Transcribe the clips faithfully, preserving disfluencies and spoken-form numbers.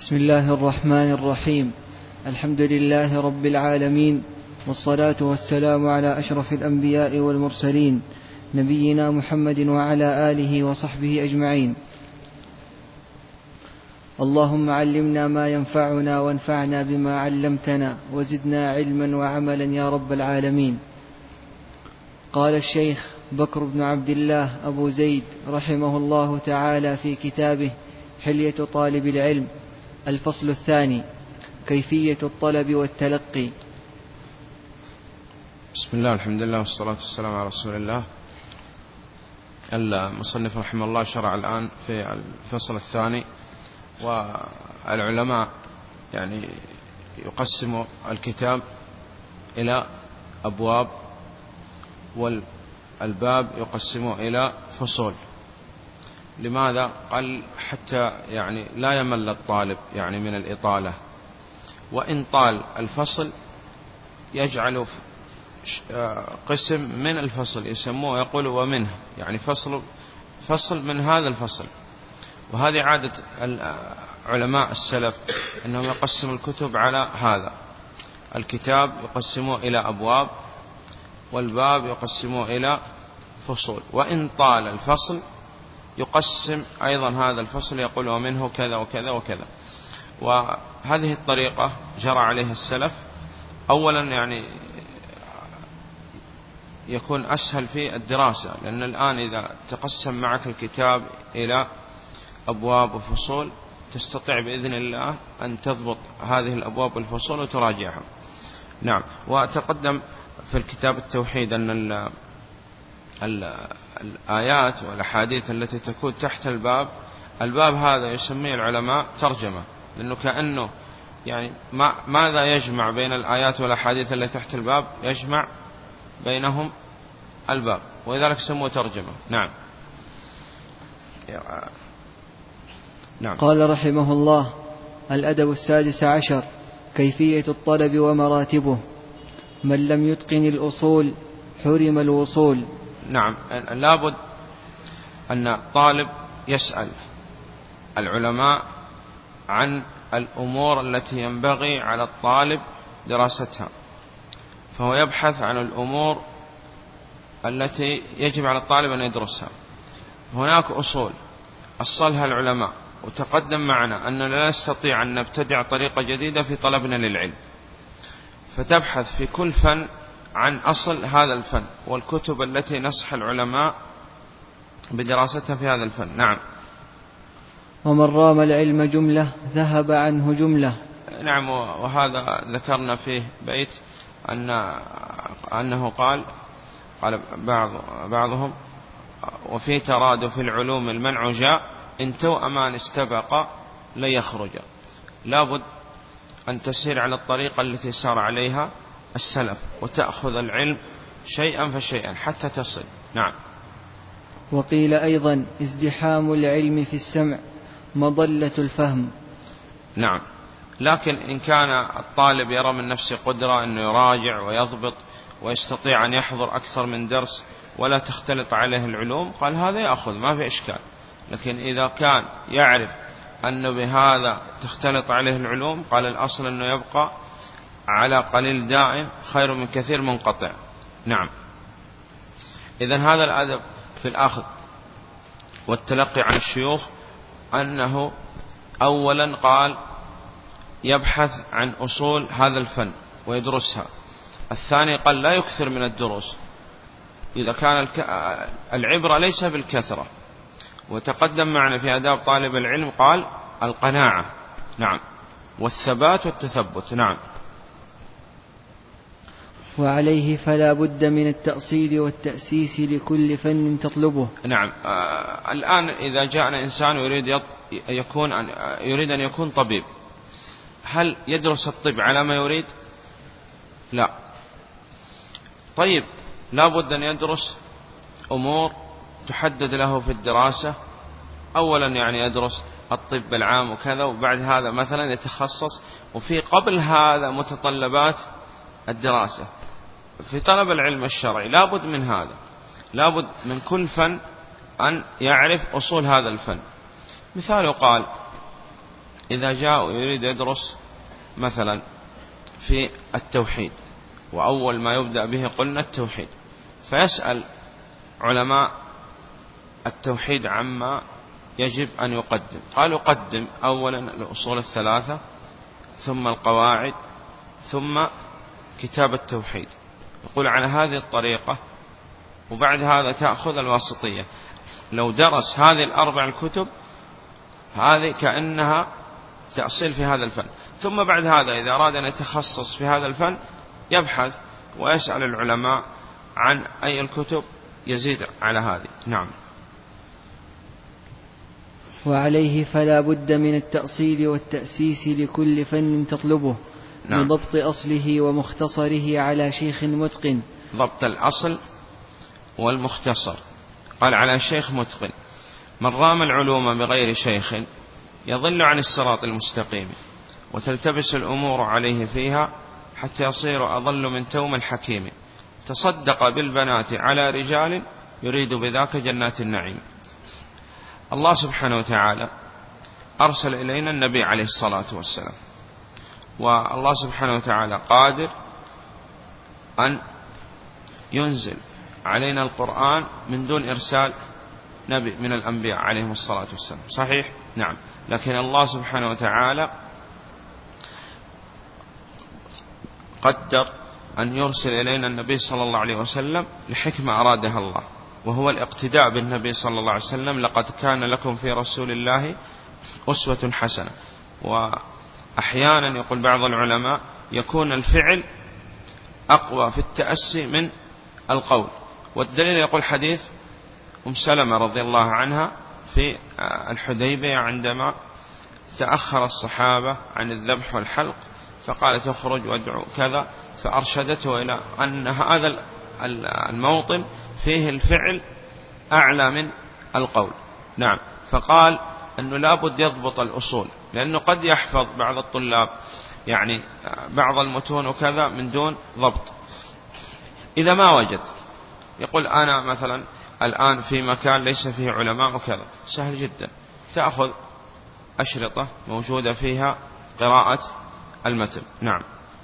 بسم الله الرحمن الرحيم. الحمد لله رب العالمين، والصلاة والسلام على أشرف الأنبياء والمرسلين، نبينا محمد وعلى آله وصحبه أجمعين. اللهم علمنا ما ينفعنا وانفعنا بما علمتنا وزدنا علما وعملا يا رب العالمين. قال الشيخ بكر بن عبد الله أبو زيد رحمه الله تعالى في كتابه حلية طالب العلم، الفصل الثاني: كيفية الطلب والتلقي. بسم الله، الحمد لله، والصلاة والسلام على رسول الله. المصنف رحمه الله شرع الآن في الفصل الثاني، والعلماء يعني يقسم الكتاب إلى أبواب، والباب يقسم إلى فصول. لماذا؟ قال حتى يعني لا يمل الطالب يعني من الإطالة، وإن طال الفصل يجعل قسم من الفصل يسموه يقول ومنه، يعني فصل فصل من هذا الفصل. وهذه عادة علماء السلف أنهم يقسموا الكتب على هذا. الكتاب يقسموه إلى أبواب، والباب يقسموه إلى فصول. وإن طال الفصل يقسم أيضا هذا الفصل يقول ومنه كذا وكذا وكذا. وهذه الطريقة جرى عليها السلف. أولا يعني يكون أسهل في الدراسة، لأن الآن إذا تقسم معك الكتاب إلى أبواب وفصول تستطيع بإذن الله أن تضبط هذه الأبواب والفصول وتراجعها. نعم. وتقدم في الكتاب التوحيد أن ال ال الآيات والأحاديث التي تكون تحت الباب، الباب هذا يسميه العلماء ترجمة، لأنه كأنه يعني ما ماذا يجمع بين الآيات والأحاديث التي تحت الباب؟ يجمع بينهم الباب، ولذلك سموه ترجمة. نعم. نعم. قال رحمه الله: الأدب السادس عشر: كيفية الطلب ومراتبه. من لم يتقن الأصول حرم الوصول. نعم. لابد أن الطالب يسأل العلماء عن الأمور التي ينبغي على الطالب دراستها، فهو يبحث عن الأمور التي يجب على الطالب أن يدرسها. هناك أصول أصلها العلماء، وتقدم معنا أننا لا نستطيع أن نبتدع طريقة جديدة في طلبنا للعلم، فتبحث في كل فن عن أصل هذا الفن والكتب التي نصح العلماء بدراستها في هذا الفن. نعم. ومن رام العلم جملة ذهب عنه جملة. نعم. وهذا ذكرنا فيه بيت أن أنه قال قال بعض بعضهم: وفي ترادف العلوم المنع جاء، إن توأمان استبقى ليخرج. لابد أن تسير على الطريقة التي سار عليها السلف، وتأخذ العلم شيئا فشيئا حتى تصل. نعم. وقيل أيضا: ازدحام العلم في السمع مضلة الفهم. نعم. لكن إن كان الطالب يرى من نفسه قدرة أنه يراجع ويضبط ويستطيع أن يحضر أكثر من درس ولا تختلط عليه العلوم، قال هذا يأخذ ما في إشكال. لكن إذا كان يعرف أنه بهذا تختلط عليه العلوم، قال الأصل أنه يبقى على قليل دائم خير من كثير منقطع. نعم. إذن هذا الأدب في الأخذ والتلقي عن الشيوخ، أنه أولا قال يبحث عن أصول هذا الفن ويدرسها. الثاني قال لا يكثر من الدروس، إذا كان العبرة ليس بالكثرة. وتقدم معنا في آداب طالب العلم قال القناعة. نعم. والثبات والتثبت. نعم. وعليه فلا بد من التأصيل والتأسيس لكل فن تطلبه. نعم. آه الآن إذا جاءنا إنسان يريد يكون يريد أن يكون طبيب، هل يدرس الطب على ما يريد؟ لا. طيب، لا بد أن يدرس أمور تحدد له في الدراسة. أولا يعني يدرس الطب العام وكذا، وبعد هذا مثلا يتخصص. وفي قبل هذا متطلبات الدراسة في طلب العلم الشرعي، لا بد من هذا. لا بد من كل فن أن يعرف أصول هذا الفن. مثاله قال إذا جاء يريد يدرس مثلا في التوحيد، وأول ما يبدأ به قلنا التوحيد، فيسأل علماء التوحيد عما يجب أن يقدم، قالوا قدم أولا الأصول الثلاثة، ثم القواعد، ثم كتاب التوحيد. يقول على هذه الطريقة، وبعد هذا تأخذ الواسطية. لو درس هذه الأربع الكتب هذه كأنها تأصيل في هذا الفن، ثم بعد هذا إذا أراد أن يتخصص في هذا الفن يبحث ويسأل العلماء عن أي الكتب يزيد على هذه. نعم. وعليه فلا بد من التأصيل والتأسيس لكل فن تطلبه. نعم. بضبط أصله ومختصره على شيخ متقن. ضبط الأصل والمختصر. قال على شيخ متقن. من رام العلوم بغير شيخ يضل عن الصراط المستقيم، وتلتبس الأمور عليه فيها حتى يصير أضل من توم الحكيم. تصدق بالبنات على رجال يريد بذاك جنات النعيم. الله سبحانه وتعالى أرسل إلينا النبي عليه الصلاة والسلام، والله سبحانه وتعالى قادر أن ينزل علينا القرآن من دون إرسال نبي من الأنبياء عليهم الصلاة والسلام، صحيح؟ نعم. لكن الله سبحانه وتعالى قدر أن يرسل إلينا النبي صلى الله عليه وسلم لحكمة أرادها الله، وهو الاقتداء بالنبي صلى الله عليه وسلم. لقد كان لكم في رسول الله أسوة حسنة. وأحيانا يقول بعض العلماء يكون الفعل أقوى في التأسي من القول، والدليل يقول حديث أم سلمة رضي الله عنها في الحديبية عندما تأخر الصحابة عن الذبح والحلق، فقالت اخرج وادعو كذا، فأرشدته إلى أن هذا الموطن فيه الفعل أعلى من القول. نعم. فقال أنه لابد يضبط الأصول، لأنه قد يحفظ بعض الطلاب يعني بعض المتون وكذا من دون ضبط. إذا ما وجد يقول أنا مثلا الآن في مكان ليس فيه علماء وكذا، سهل جدا، تأخذ أشرطة موجودة فيها قراءة المتن. نعم.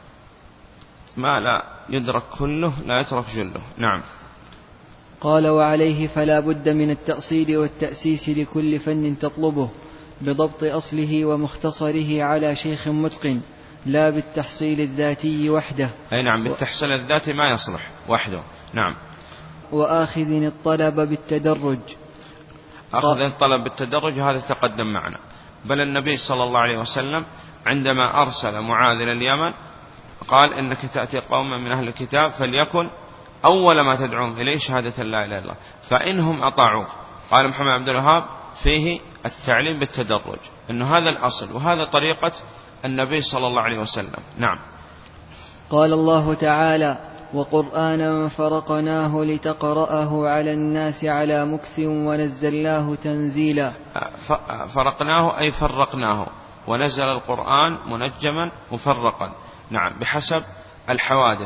ما لا يدرك كله لا يترك جله. نعم. قال وعليه فلا بد من التأصيل والتأسيس لكل فن تطلبه، بضبط أصله ومختصره على شيخ متقن، لا بالتحصيل الذاتي وحده. أي نعم، بالتحصيل الذاتي ما يصلح وحده. نعم. وآخذ الطلب بالتدرج. أخذ الطلب بالتدرج هذا تقدم معنا. بل النبي صلى الله عليه وسلم عندما أرسل معاذ إلى اليمن قال إنك تأتي قوما من أهل الكتاب فليكن أول ما تدعوهم إليه شهادة لا إله إلا الله فإنهم أطاعوك. قال محمد عبد الوهاب فيه التعليم بالتدرج، إنه هذا الأصل وهذا طريقة النبي صلى الله عليه وسلم. نعم. قال الله تعالى وقرآنا فرقناه لتقرأه على الناس على مكث ونزلناه تنزيلا. فرقناه أي فرقناه، ونزل القرآن منجما مفرقا. نعم، بحسب الحوادث.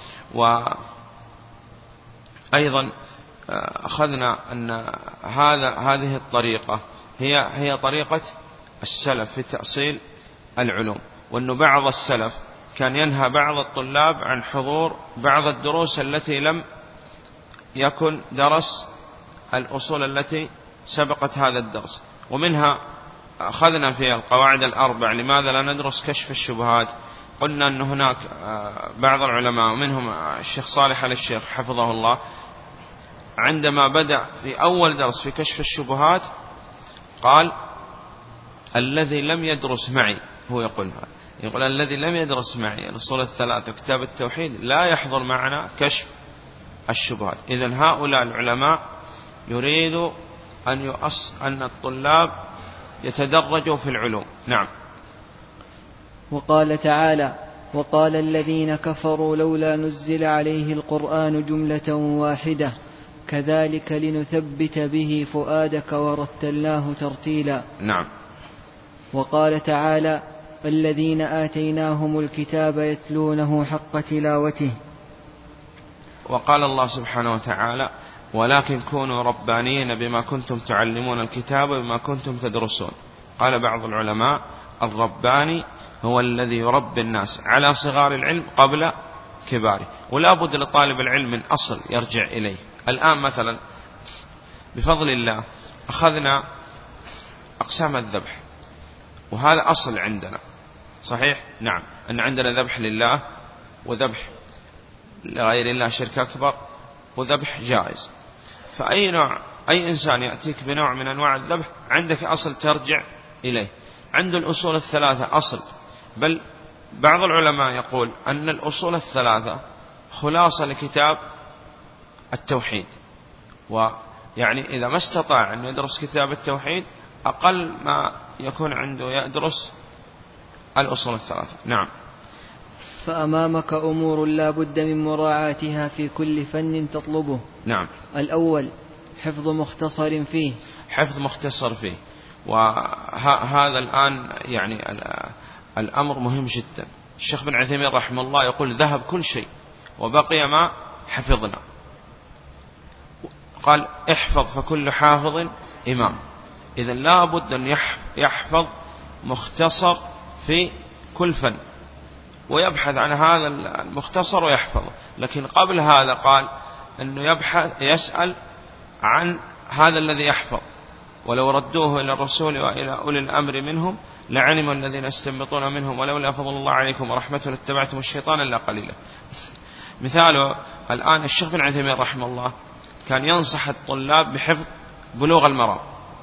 وأيضا أخذنا أن هذا هذه الطريقة هي هي طريقة السلف في تأصيل العلوم، وأن بعض السلف كان ينهى بعض الطلاب عن حضور بعض الدروس التي لم يكن درس الأصول التي سبقت هذا الدرس. ومنها أخذنا في القواعد الأربع لماذا لا ندرس كشف الشبهات. قلنا أن هناك بعض العلماء ومنهم الشيخ صالح آل الشيخ حفظه الله عندما بدأ في أول درس في كشف الشبهات قال الذي لم يدرس معي، هو يقول هذا، يقول الذي لم يدرس معي الأصول الثلاثة وكتاب التوحيد لا يحضر معنا كشف الشبهات. إذن هؤلاء العلماء يريد أن يؤص أن الطلاب يتدرجوا في العلوم. نعم. وقال تعالى وقال الذين كفروا لولا نزل عليه القرآن جملة واحدة كذلك لنثبت به فؤادك ورتلناه ترتيلا. نعم. وقال تعالى الذين آتيناهم الكتاب يتلونه حق تلاوته. وقال الله سبحانه وتعالى ولكن كونوا ربانيين بما كنتم تعلمون الكتاب وبما كنتم تدرسون. قال بعض العلماء الرباني هو الذي يربي الناس على صغار العلم قبل كباره، ولا بد لطالب العلم من أصل يرجع إليه. الآن مثلا بفضل الله أخذنا أقسام الذبح، وهذا أصل عندنا صحيح؟ نعم، أن عندنا ذبح لله وذبح لغير الله شرك أكبر وذبح جائز. فأي نوع، أي إنسان يأتيك بنوع من أنواع الذبح عندك أصل ترجع إليه. عند الأصول الثلاثة أصل، بل بعض العلماء يقول أن الأصول الثلاثة خلاصة لكتاب التوحيد، ويعني إذا ما استطاع أن يدرس كتاب التوحيد أقل ما يكون عنده يدرس الأصول الثلاثة. نعم. فأمامك أمور لا بد من مراعاتها في كل فن تطلبه. نعم. الأول حفظ مختصر فيه. حفظ مختصر فيه، وهذا الآن يعني الأمر مهم جدا. الشيخ بن عثيمين رحمه الله يقول ذهب كل شيء وبقي ما حفظنا. قال احفظ فكل حافظ إمام. إذن لا بد أن يحفظ مختصر في كل فن ويبحث عن هذا المختصر ويحفظه. لكن قبل هذا قال أنه يبحث يسأل عن هذا الذي يحفظ، ولو ردوه إلى الرسول وإلى أولي الأمر منهم لعلم الذين يستنبطون منهم ولولا فضل الله عليكم ورحمته لاتبعتم الشيطان إلا قليلا. مثاله الآن الشيخ بن عثيمين رحمه الله كان ينصح الطلاب بحفظ بلوغ المرام،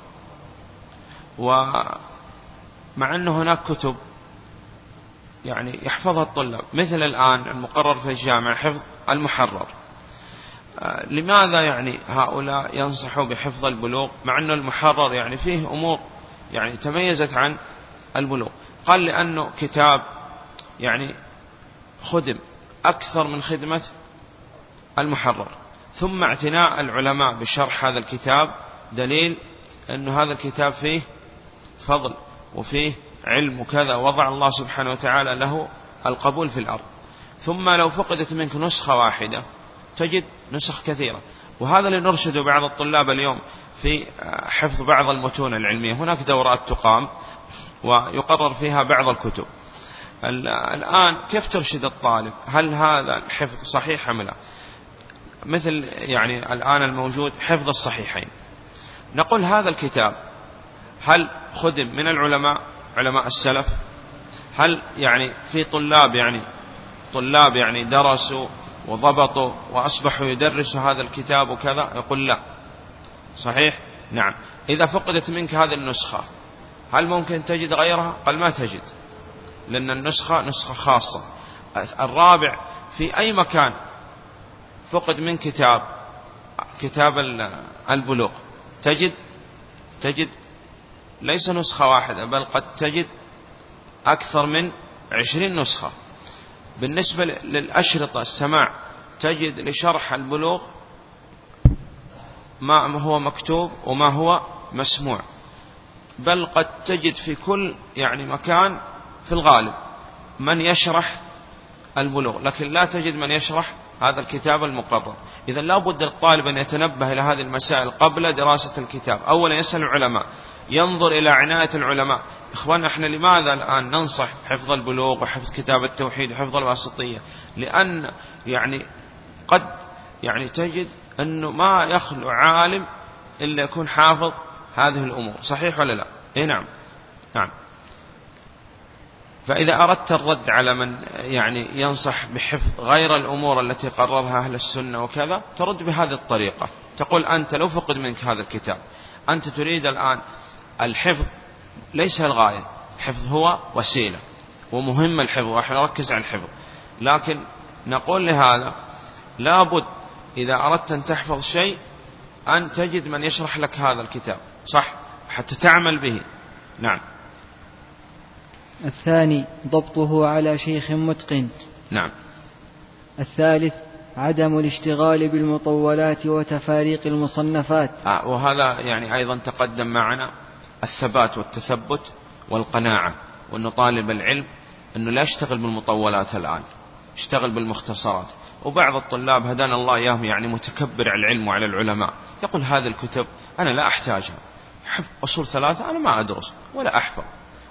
ومع أنه هناك كتب يعني يحفظها الطلاب، مثل الآن المقرر في الجامعة حفظ المحرر. لماذا يعني هؤلاء ينصحوا بحفظ البلوغ مع أن المحرر يعني فيه أمور يعني تميزت عن البلوغ؟ قال لأنه كتاب يعني خدم أكثر من خدمة المحرر، ثم اعتناء العلماء بشرح هذا الكتاب دليل أن هذا الكتاب فيه فضل وفيه علم وكذا، وضع الله سبحانه وتعالى له القبول في الأرض. ثم لو فقدت منك نسخة واحدة تجد نسخ كثيرة، وهذا اللي نرشد بعض الطلاب اليوم في حفظ بعض المتون العلمية. هناك دورات تقام ويقرر فيها بعض الكتب. الآن كيف ترشد الطالب؟ هل هذا الحفظ صحيح أم لا؟ مثل يعني الآن الموجود حفظ الصحيحين، نقول هذا الكتاب هل خدم من العلماء علماء السلف؟ هل يعني في طلاب يعني طلاب يعني درسوا وضبطوا وأصبحوا يدرسوا هذا الكتاب وكذا؟ يقول لا. صحيح؟ نعم. إذا فقدت منك هذه النسخة هل ممكن تجد غيرها؟ قال ما تجد، لأن النسخة نسخة خاصة. الرابع في أي مكان فقد من كتاب كتاب البلوغ تجد تجد ليس نسخة واحدة، بل قد تجد أكثر من عشرين نسخة. بالنسبة للأشرطة السماع تجد لشرح البلوغ ما هو مكتوب وما هو مسموع، بل قد تجد في كل يعني مكان في الغالب من يشرح البلوغ، لكن لا تجد من يشرح هذا الكتاب المقرر. إذا لا بد للطالب أن يتنبه إلى هذه المسائل قبل دراسة الكتاب. أولا يسأل العلماء، ينظر إلى عناية العلماء. إخواننا احنا لماذا الآن ننصح حفظ البلوغ وحفظ كتاب التوحيد وحفظ الواسطية؟ لأن يعني قد يعني تجد أنه ما يخلو عالم إلا يكون حافظ هذه الأمور. صحيح ولا لا؟ إيه نعم. نعم. فإذا أردت الرد على من يعني ينصح بحفظ غير الأمور التي قررها أهل السنة وكذا، ترد بهذه الطريقة، تقول أنت لو فقد منك هذا الكتاب، أنت تريد الآن الحفظ ليس الغاية، الحفظ هو وسيلة ومهم الحفظ، ونحن نركز على الحفظ، لكن نقول لهذا لابد إذا أردت أن تحفظ شيء أن تجد من يشرح لك هذا الكتاب صح حتى تعمل به. نعم. الثاني ضبطه على شيخ متقن. نعم. الثالث عدم الاشتغال بالمطولات وتفاريق المصنفات. آه وهذا يعني أيضا تقدم معنا الثبات والتثبت والقناعة، وأن طالب العلم أنه لا يشتغل بالمطولات الآن، يشتغل بالمختصرات. وبعض الطلاب هدانا الله إياهم يعني متكبر على العلم وعلى العلماء، يقول هذه الكتب أنا لا أحتاجها، حفظ أصول ثلاثة أنا ما أدرس ولا أحفظ،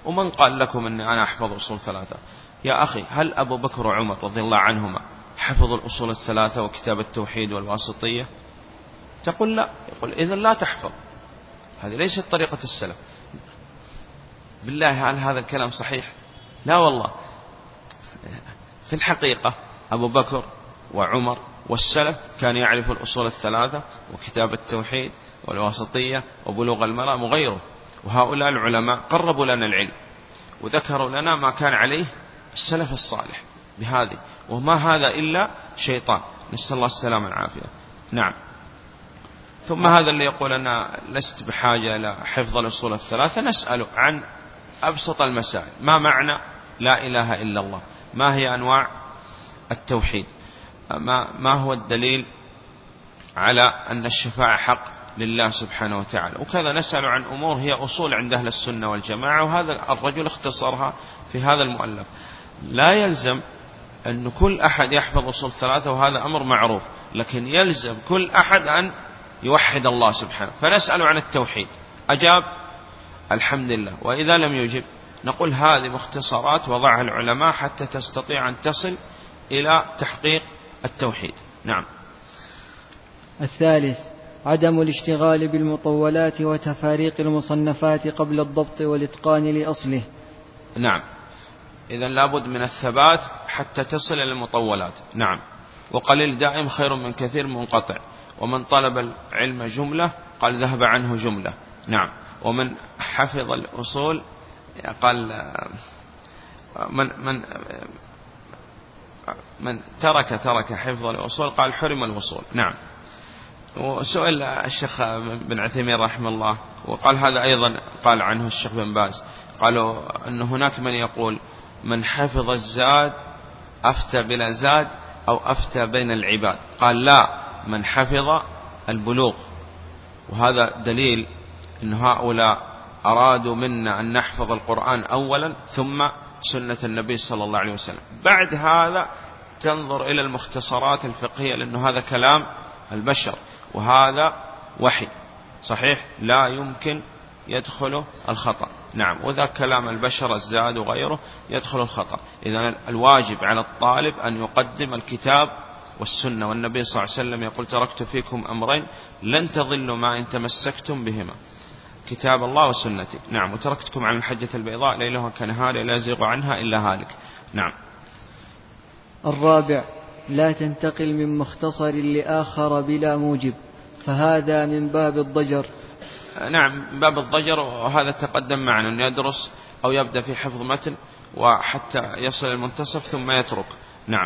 ومن قال لكم أني أنا أحفظ أصول ثلاثة؟ يا أخي، هل أبو بكر وعمر رضي الله عنهما حفظوا الأصول الثلاثة وكتاب التوحيد والواسطية؟ تقول لا. يقول إذن لا تحفظ، هذه ليست طريقة السلف. بالله، هل هذا الكلام صحيح؟ لا والله. في الحقيقة أبو بكر وعمر والسلف كانوا يعرفوا الأصول الثلاثة وكتاب التوحيد والواسطية وبلوغ المرام وغيره، وهؤلاء العلماء قربوا لنا العلم وذكروا لنا ما كان عليه السلف الصالح بهذه، وما هذا إلا شيطان، نسأل الله السلامة والعافية. نعم. ثم هذا اللي يقول أنا لست بحاجة إلى حفظ الأصول الثلاثة، نسأله عن أبسط المسائل: ما معنى لا إله إلا الله؟ ما هي أنواع التوحيد؟ ما, ما هو الدليل على أن الشفاعة حق لله سبحانه وتعالى؟ وكذا نسأل عن أمور هي أصول عند أهل السنة والجماعة، وهذا الرجل اختصرها في هذا المؤلف. لا يلزم أن كل أحد يحفظ أصول ثلاثة، وهذا أمر معروف، لكن يلزم كل أحد أن يوحد الله سبحانه. فنسأل عن التوحيد، أجاب الحمد لله، وإذا لم يجب نقول هذه مختصرات وضعها العلماء حتى تستطيع أن تصل إلى تحقيق التوحيد. نعم. الثالث عدم الاشتغال بالمطولات وتفاريق المصنفات قبل الضبط والإتقان لأصله. نعم، إذن لابد من الثبات حتى تصل إلى المطولات. نعم. وقليل دائم خير من كثير منقطع، ومن طلب العلم جملة قال ذهب عنه جملة. نعم. ومن حفظ الأصول قال من من من ترك ترك حفظ الأصول قال حرم الوصول. نعم. وسئل الشيخ بن عثيمين رحمه الله وقال هذا أيضا قال عنه الشيخ بن باز، قالوا أن هناك من يقول من حفظ الزاد أفتى بلا زاد أو أفتى بين العباد. قال لا، من حفظ البلوغ. وهذا دليل أن هؤلاء أرادوا منا أن نحفظ القرآن أولا ثم سنة النبي صلى الله عليه وسلم، بعد هذا تنظر إلى المختصرات الفقهية، لأنه هذا كلام البشر وهذا وحي صحيح لا يمكن يدخل الخطأ. نعم. وذا كلام البشر الزاد وغيره يدخل الخطأ. إذن الواجب على الطالب أن يقدم الكتاب والسنة، والنبي صلى الله عليه وسلم يقول تركت فيكم أمرين لن تضلوا ما إن تمسكتم بهما، كتاب الله وسنتي. نعم. وتركتكم عن الحجة البيضاء ليلها كنهارها لا يزيغ عنها إلا هالك. نعم. الرابع لا تنتقل من مختصر لآخر بلا موجب، فهذا من باب الضجر. نعم، باب الضجر، وهذا تقدم معنا أن يدرس أو يبدأ في حفظ متن وحتى يصل المنتصف ثم يترك. نعم.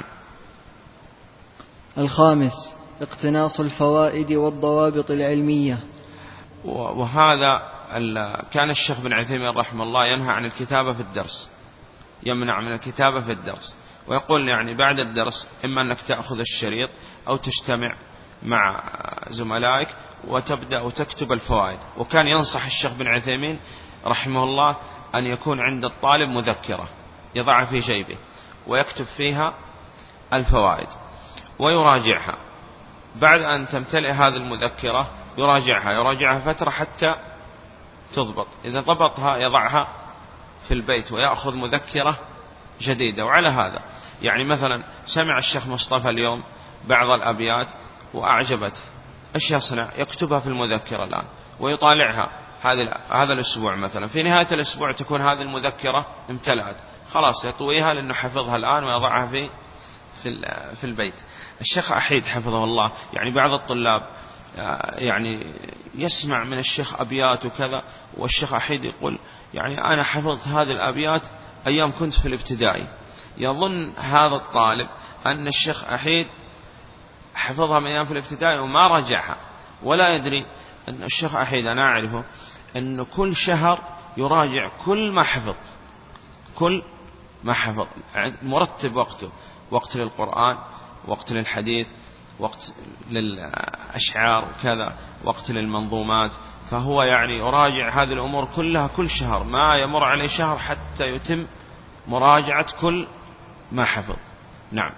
الخامس اقتناص الفوائد والضوابط العلمية، وهذا كان الشيخ بن عثيمين رحمه الله ينهى عن الكتابة في الدرس، يمنع من الكتابة في الدرس، ويقول يعني بعد الدرس إما أنك تأخذ الشريط أو تجتمع مع زملائك وتبدأ وتكتب الفوائد. وكان ينصح الشيخ بن عثيمين رحمه الله أن يكون عند الطالب مذكرة يضعها في جيبه ويكتب فيها الفوائد ويراجعها. بعد أن تمتلئ هذه المذكرة يراجعها يراجعها فترة حتى تضبط، إذا ضبطها يضعها في البيت ويأخذ مذكرة جديدة. وعلى هذا يعني مثلا سمع الشيخ مصطفى اليوم بعض الأبيات وأعجبته، إيش يصنع؟ يكتبها في المذكرة الآن ويطالعها هذا الأسبوع مثلا، في نهاية الأسبوع تكون هذه المذكرة امتلأت، خلاص يطويها لأنه حفظها الآن ويضعها في في البيت. الشيخ أحيد حفظه الله يعني بعض الطلاب يعني يسمع من الشيخ أبيات وكذا، والشيخ أحيد يقول يعني أنا حفظت هذه الأبيات أيام كنت في الابتدائي. يظن هذا الطالب أن الشيخ أحيد حفظها من أيام في الابتدائي وما رجعها، ولا يدري أن الشيخ أحيد أنا أعرفه أنه كل شهر يراجع كل ما حفظ، كل ما حفظ مرتب وقته، وقت للقرآن، وقت للحديث، وقت للأشعار وكذا، وقت للمنظومات. فهو يعني يراجع هذه الأمور كلها كل شهر، ما يمر عليه شهر حتى يتم مراجعة كل ما حفظ. نعم.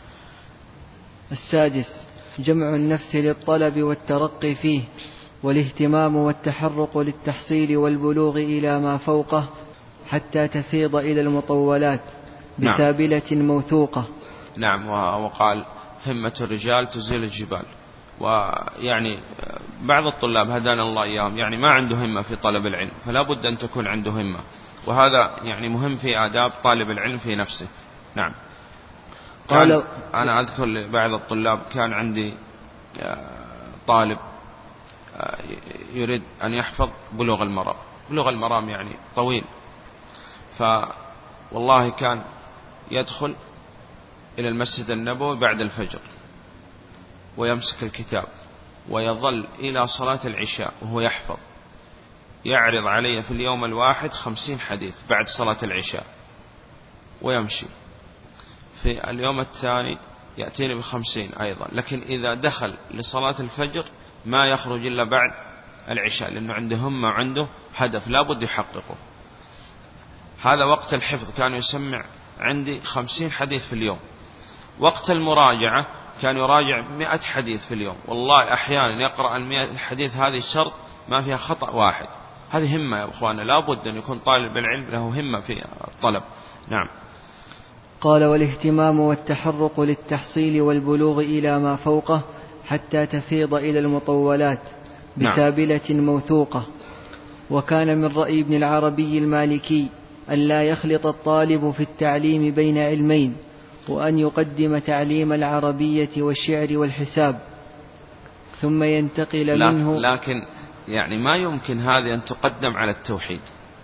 السادس جمع النفس للطلب والترقي فيه، والاهتمام والتحرق للتحصيل والبلوغ إلى ما فوقه، حتى تفيض إلى المطولات بسابلة نعم. موثوقة. نعم. وقال همة الرجال تزيل الجبال. ويعني بعض الطلاب هدانا الله إياهم يعني ما عنده همة في طلب العلم، فلا بد أن تكون عنده همة، وهذا يعني مهم في آداب طالب العلم في نفسه. نعم. قال أنا أذكر لبعض الطلاب كان عندي طالب يريد أن يحفظ بلوغ المرام. بلوغ المرام يعني طويل، فوالله كان يدخل إلى المسجد النبوي بعد الفجر ويمسك الكتاب ويظل إلى صلاة العشاء وهو يحفظ، يعرض علي في اليوم الواحد خمسين حديث بعد صلاة العشاء ويمشي. في اليوم الثاني يأتيني بخمسين أيضا، لكن إذا دخل لصلاة الفجر ما يخرج إلا بعد العشاء، لأنه عنده همة وعنده هدف لا بد يحققه. هذا وقت الحفظ كان يسمع عندي خمسين حديث في اليوم. وقت المراجعة كان يراجع مئة حديث في اليوم. والله أحيانا يقرأ المئة حديث هذه شرط ما فيها خطأ واحد. هذه همة يا أخوانا، لا بد أن يكون طالب العلم له همة في الطلب. نعم. قال والاهتمام والتحرق للتحصيل والبلوغ إلى ما فوقه حتى تفيض إلى المطولات بسابلة نعم. موثوقة. وكان من رأي ابن العربي المالكي أن لا يخلط الطالب في التعليم بين علمين، وأن يقدم تعليم العربية والشعر والحساب ثم ينتقل منه. لكن يعني ما يمكن هذه أن تقدم على التوحيد.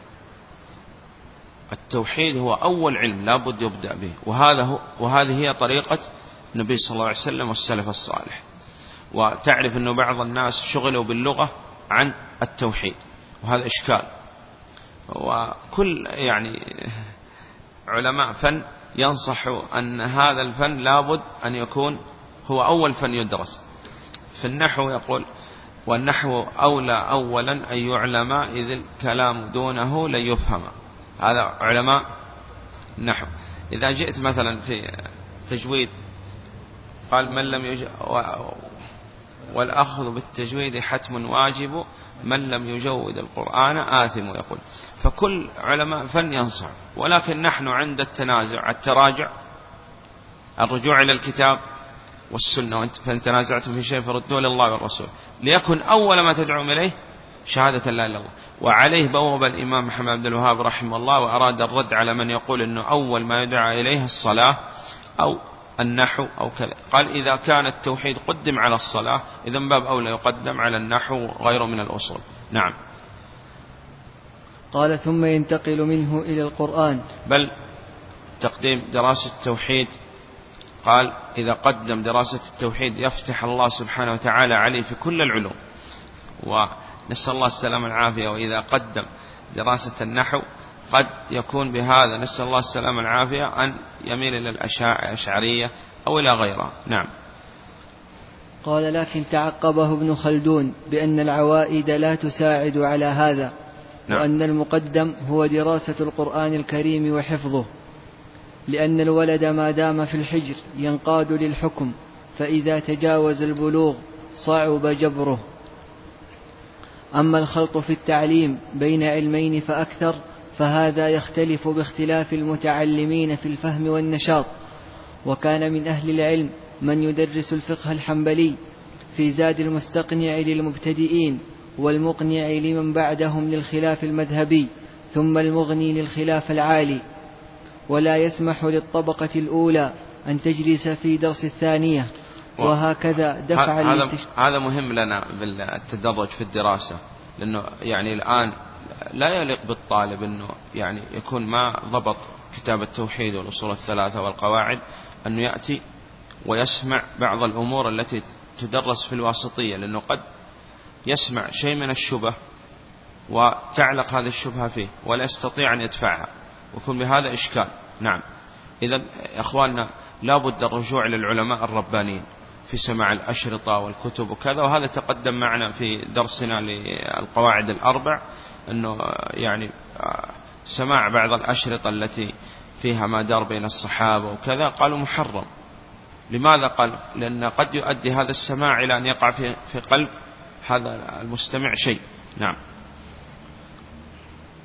التوحيد هو أول علم لا بد يبدأ به، وهذا هو وهذه هي طريقة النبي صلى الله عليه وسلم والسلف الصالح. وتعرف أنه بعض الناس شغلوا باللغة عن التوحيد، وهذا إشكال. وكل يعني علماء فن ينصحوا أن هذا الفن لابد أن يكون هو أول فن يدرس. في النحو يقول والنحو أولى أولا أن يعلم إذ الكلام دونه لن يفهم. هذا علماء النحو. إذا جئت مثلا في تجويد قال من لم يج... والأخذ بالتجويد حتم واجب من لم يجود القرآن آثم يقول. فكل علماء فن ينصح، ولكن نحن عند التنازع التراجع الرجوع إلى الكتاب والسنة، فإن تنازعتم في شيء فردوه لله والرسول، ليكن أول ما تدعون إليه شهادة لا إله إلا الله. وعليه بوب الإمام محمد عبد الوهاب رحمه الله، وأراد الرد على من يقول أنه أول ما يدعى إليه الصلاة أو النحو أو كذا. قال إذا كان التوحيد قدم على الصلاة إذن باب أولى يقدم على النحو غير من الأصول. نعم. قال ثم ينتقل منه إلى القرآن. بل تقديم دراسة التوحيد، قال إذا قدم دراسة التوحيد يفتح الله سبحانه وتعالى عليه في كل العلوم، ونسأل الله السلامة والعافية. وإذا قدم دراسة النحو قد يكون بهذا نسأل الله السلامة والعافية أن يميل إلى الأشعرية أو إلى غيرها. نعم. قال لكن تعقبه ابن خلدون بأن العوائد لا تساعد على هذا. نعم. وأن المقدم هو دراسة القرآن الكريم وحفظه، لأن الولد ما دام في الحجر ينقاد للحكم، فإذا تجاوز البلوغ صعب جبره. أما الخلط في التعليم بين علمين فأكثر فهذا يختلف باختلاف المتعلمين في الفهم والنشاط. وكان من أهل العلم من يدرس الفقه الحنبلي في زاد المستقنع للمبتدئين، والمقنع لمن بعدهم للخلاف المذهبي، ثم المغني للخلاف العالي، ولا يسمح للطبقة الأولى أن تجلس في درس الثانية، وهكذا دفع هذا هذا مهم لنا بالتدرج في الدراسة، لأنه يعني الآن لا يليق بالطالب أنه يعني يكون ما ضبط كتاب التوحيد والأصول الثلاثة والقواعد أنه يأتي ويسمع بعض الأمور التي تدرس في الواسطية، لأنه قد يسمع شيء من الشبه وتعلق هذه الشبهة فيه ولا يستطيع أن يدفعها، ويكون بهذا إشكال. نعم. إذن أخواننا لا بد الرجوع للعلماء الربانيين في سماع الأشرطة والكتب وكذا، وهذا تقدم معنا في درسنا للقواعد الأربع أنه يعني سماع بعض الأشرطة التي فيها ما دار بين الصحابة وكذا قالوا محرم. لماذا؟ قال لأن قد يؤدي هذا السماع إلى أن يقع في في قلب هذا المستمع شيء. نعم.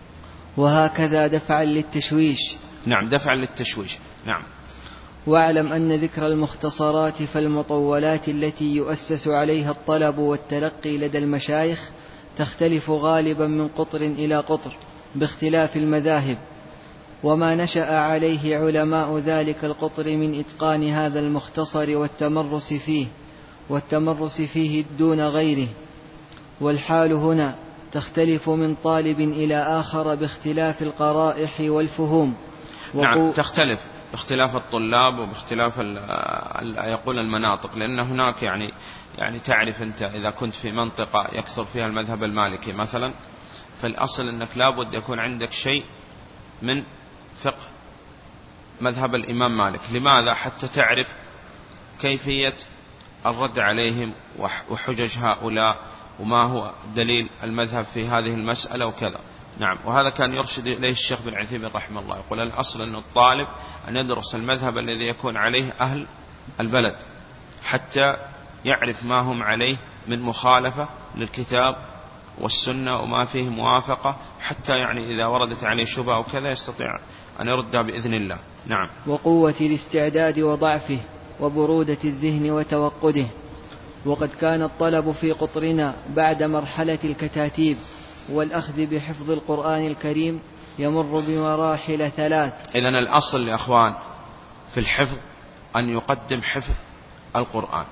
وهكذا دفعا للتشويش. نعم، دفعا للتشويش. نعم. واعلم أن ذكر المختصرات فالمطولات التي يؤسس عليها الطلب والتلقي لدى المشايخ تختلف غالبا من قطر إلى قطر باختلاف المذاهب، وما نشأ عليه علماء ذلك القطر من إتقان هذا المختصر والتمرس فيه والتمرس فيه دون غيره. والحال هنا تختلف من طالب إلى آخر باختلاف القرائح والفهوم. نعم، تختلف باختلاف الطلاب وباختلاف يقول المناطق، لأن هناك يعني يعني تعرف أنت إذا كنت في منطقة يكثر فيها المذهب المالكي مثلا، فالأصل أنك لابد يكون عندك شيء من فقه مذهب الإمام مالك. لماذا؟ حتى تعرف كيفية الرد عليهم وحجج هؤلاء وما هو دليل المذهب في هذه المسألة وكذا. نعم، وهذا كان يرشد إليه الشيخ بن عثيمين رحمه الله، يقول الأصل أن الطالب أن يدرس المذهب الذي يكون عليه أهل البلد حتى يعرف ما هم عليه من مخالفة للكتاب والسنة وما فيه موافقة، حتى يعني إذا وردت عليه شبهة وكذا يستطيع أن يردها بإذن الله. نعم. وقوة الاستعداد وضعفه وبرودة الذهن وتوقده. وقد كان الطلب في قطرنا بعد مرحلة الكتاتيب والأخذ بحفظ القرآن الكريم يمر بمراحل ثلاث. إذن الأصل يا أخوان في الحفظ أن يقدم حفظ القرآن،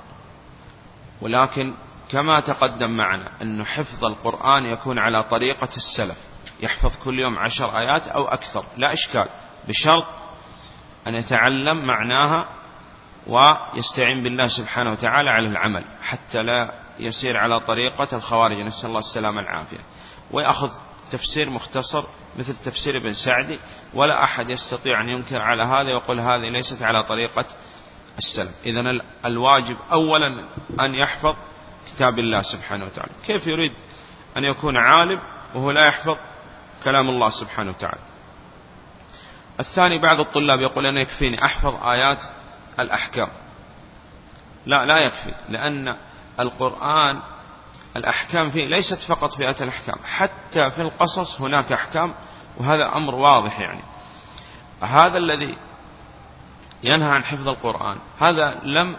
ولكن كما تقدم معنا أن حفظ القرآن يكون على طريقة السلف، يحفظ كل يوم عشر آيات أو أكثر لا إشكال، بشرط أن يتعلم معناها ويستعين بالله سبحانه وتعالى على العمل، حتى لا يسير على طريقة الخوارج، نسأل الله السلامة العافية، ويأخذ تفسير مختصر مثل تفسير ابن سعدي، ولا أحد يستطيع أن ينكر على هذا ويقول هذه ليست على طريقة السلف. إذن الواجب أولا أن يحفظ كتاب الله سبحانه وتعالى. كيف يريد أن يكون عالم وهو لا يحفظ كلام الله سبحانه وتعالى؟ الثاني، بعض الطلاب يقول أنا يكفيني أحفظ آيات الأحكام. لا لا يكفي، لأن القرآن الأحكام فيه ليست فقط في آيات الأحكام، حتى في القصص هناك أحكام، وهذا أمر واضح. يعني هذا الذي ينهى عن حفظ القرآن هذا لم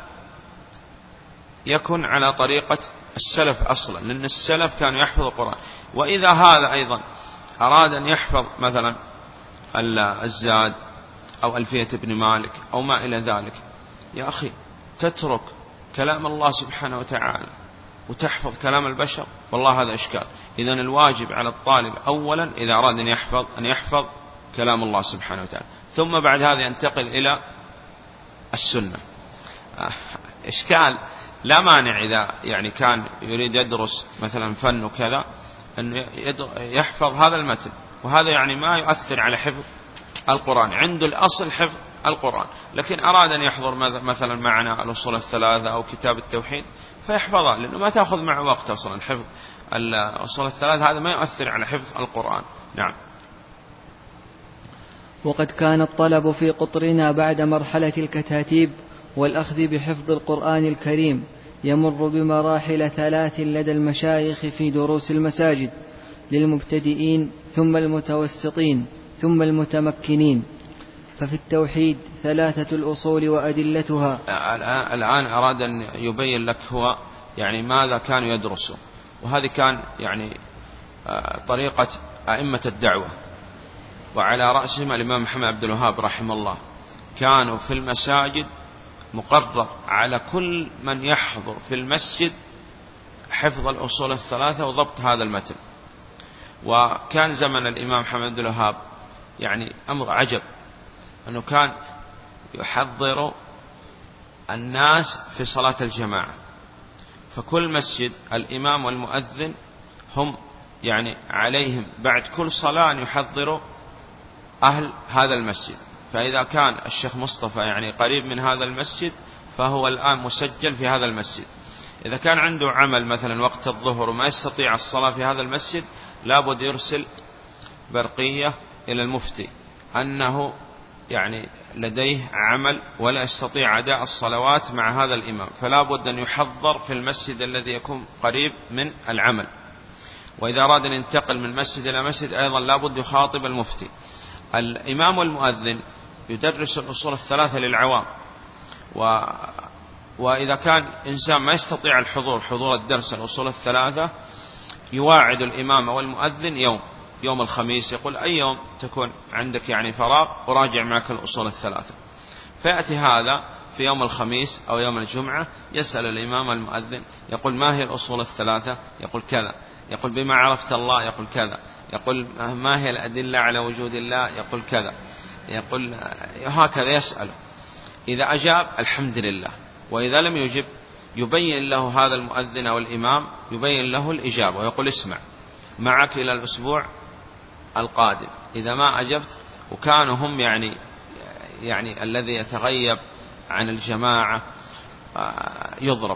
يكن على طريقة السلف أصلا، لأن السلف كانوا يحفظ القرآن. وإذا هذا أيضا أراد أن يحفظ مثلا الزاد أو ألفية ابن مالك أو ما إلى ذلك، يا أخي تترك كلام الله سبحانه وتعالى وتحفظ كلام البشر، والله هذا إشكال. إذن الواجب على الطالب أولا إذا أراد أن يحفظ أن يحفظ كلام الله سبحانه وتعالى، ثم بعد هذا ينتقل إلى السنة. إشكال لا مانع إذا يعني كان يريد يدرس مثلا فن وكذا أن يحفظ هذا المتن، وهذا يعني ما يؤثر على حفظ القرآن، عنده الأصل حفظ القرآن. لكن أراد أن يحضر مثلا معنا الأصول الثلاثة أو كتاب التوحيد فيحفظها، لأنه ما تأخذ معه وقت أصلا حفظ الأصول الثلاثة، هذا ما يؤثر على حفظ القرآن. نعم. وقد كان الطلب في قطرنا بعد مرحلة الكتاتيب والأخذ بحفظ القرآن الكريم يمر بمراحل ثلاث لدى المشايخ في دروس المساجد للمبتدئين ثم المتوسطين ثم المتمكنين. ففي التوحيد ثلاثة الأصول وأدلتها. الآن أراد أن يبين لك هو يعني ماذا كانوا يدرسوا، وهذه كان يعني طريقة أئمة الدعوة، وعلى رأسهم الإمام محمد عبد الوهاب رحمه الله. كانوا في المساجد مقرر على كل من يحضر في المسجد حفظ الأصول الثلاثة وضبط هذا المتن. وكان زمن الإمام محمد عبد الوهاب يعني أمر عجب، أنه كان يحضر الناس في صلاة الجماعة، فكل مسجد الإمام والمؤذن هم يعني عليهم بعد كل صلاة أن يحضروا أهل هذا المسجد. فإذا كان الشيخ مصطفى يعني قريب من هذا المسجد فهو الآن مسجل في هذا المسجد. إذا كان عنده عمل مثلا وقت الظهر وما يستطيع الصلاة في هذا المسجد لابد يرسل برقية إلى المفتي أنه يعني لديه عمل ولا يستطيع أداء الصلوات مع هذا الإمام، فلا بد أن يحضر في المسجد الذي يكون قريب من العمل. وإذا أراد أن ينتقل من مسجد إلى مسجد أيضا لابد يخاطب المفتي. الإمام والمؤذن يدرس الأصول الثلاثة للعوام، و وإذا كان إنسان ما يستطيع الحضور حضور الدرس الأصول الثلاثة يواعد الإمام والمؤذن يوم يوم الخميس، يقول أي يوم تكون عندك يعني فراغ وراجع معك الأصول الثلاثة، فيأتي هذا في يوم الخميس أو يوم الجمعة يسأل الإمام والمؤذن يقول ما هي الأصول الثلاثة؟ يقول كذا. يقول بما عرفت الله؟ يقول كذا. يقول ما هي الأدلة على وجود الله؟ يقول كذا. يقول هكذا يسأله. إذا أجاب الحمد لله، وإذا لم يجب يبين له هذا المؤذن أو الإمام يبين له الإجابة ويقول اسمع معك إلى الأسبوع القادم. إذا ما أجبت وكانوا هم يعني يعني الذي يتغيب عن الجماعة يضرب،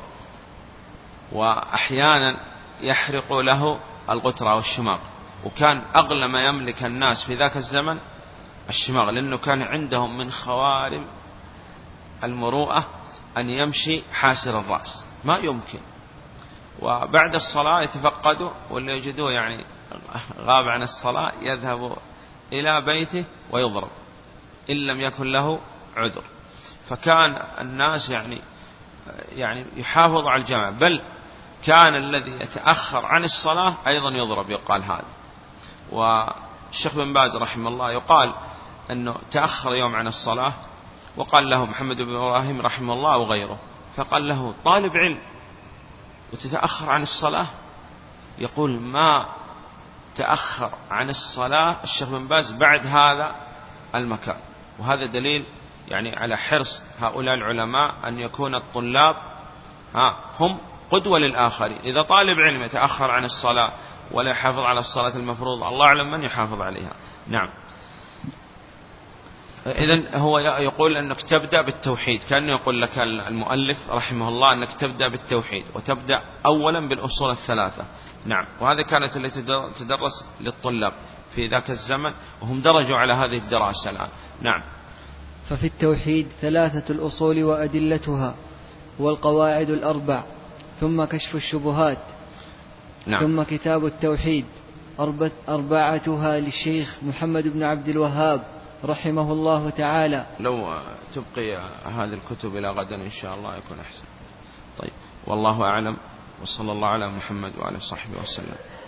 وأحيانا يحرق له الغترة والشماغ، وكان أغلى ما يملك الناس في ذاك الزمن الشماغ، لأنه كان عندهم من خوارم المروءة أن يمشي حاسر الرأس ما يمكن، وبعد الصلاة يتفقدوا واللي يجدوه يعني غاب عن الصلاة يذهب إلى بيته ويضرب إن لم يكن له عذر. فكان الناس يعني يعني يحافظ على الجماعة، بل كان الذي يتأخر عن الصلاة أيضا يضرب يقال هذا. والشيخ بن باز رحمه الله يقال أنه تأخر يوم عن الصلاة وقال له محمد بن إبراهيم رحمه الله وغيره، فقال له طالب علم وتتأخر عن الصلاة؟ يقول ما تأخر عن الصلاة الشيخ بن باز بعد هذا المكان. وهذا دليل يعني على حرص هؤلاء العلماء أن يكون الطلاب ها هم قدوة للآخرين. إذا طالب علم يتأخر عن الصلاة ولا يحافظ على الصلاة المفروضة الله أعلم من يحافظ عليها. نعم. إذن هو يقول أنك تبدأ بالتوحيد، كأنه يقول لك المؤلف رحمه الله أنك تبدأ بالتوحيد وتبدأ أولا بالأصول الثلاثة. نعم. وهذه كانت التي تدرس للطلاب في ذاك الزمن وهم درجوا على هذه الدراسة الآن. نعم. ففي التوحيد ثلاثة الأصول وأدلتها والقواعد الأربع، ثم كشف الشبهات. نعم. ثم كتاب التوحيد أربعتها للشيخ محمد بن عبد الوهاب رحمه الله تعالى. لو تبقي هذه الكتب إلى غدا إن شاء الله يكون أحسن. طيب والله أعلم، وصلى الله على محمد وعلى صحبه وسلم.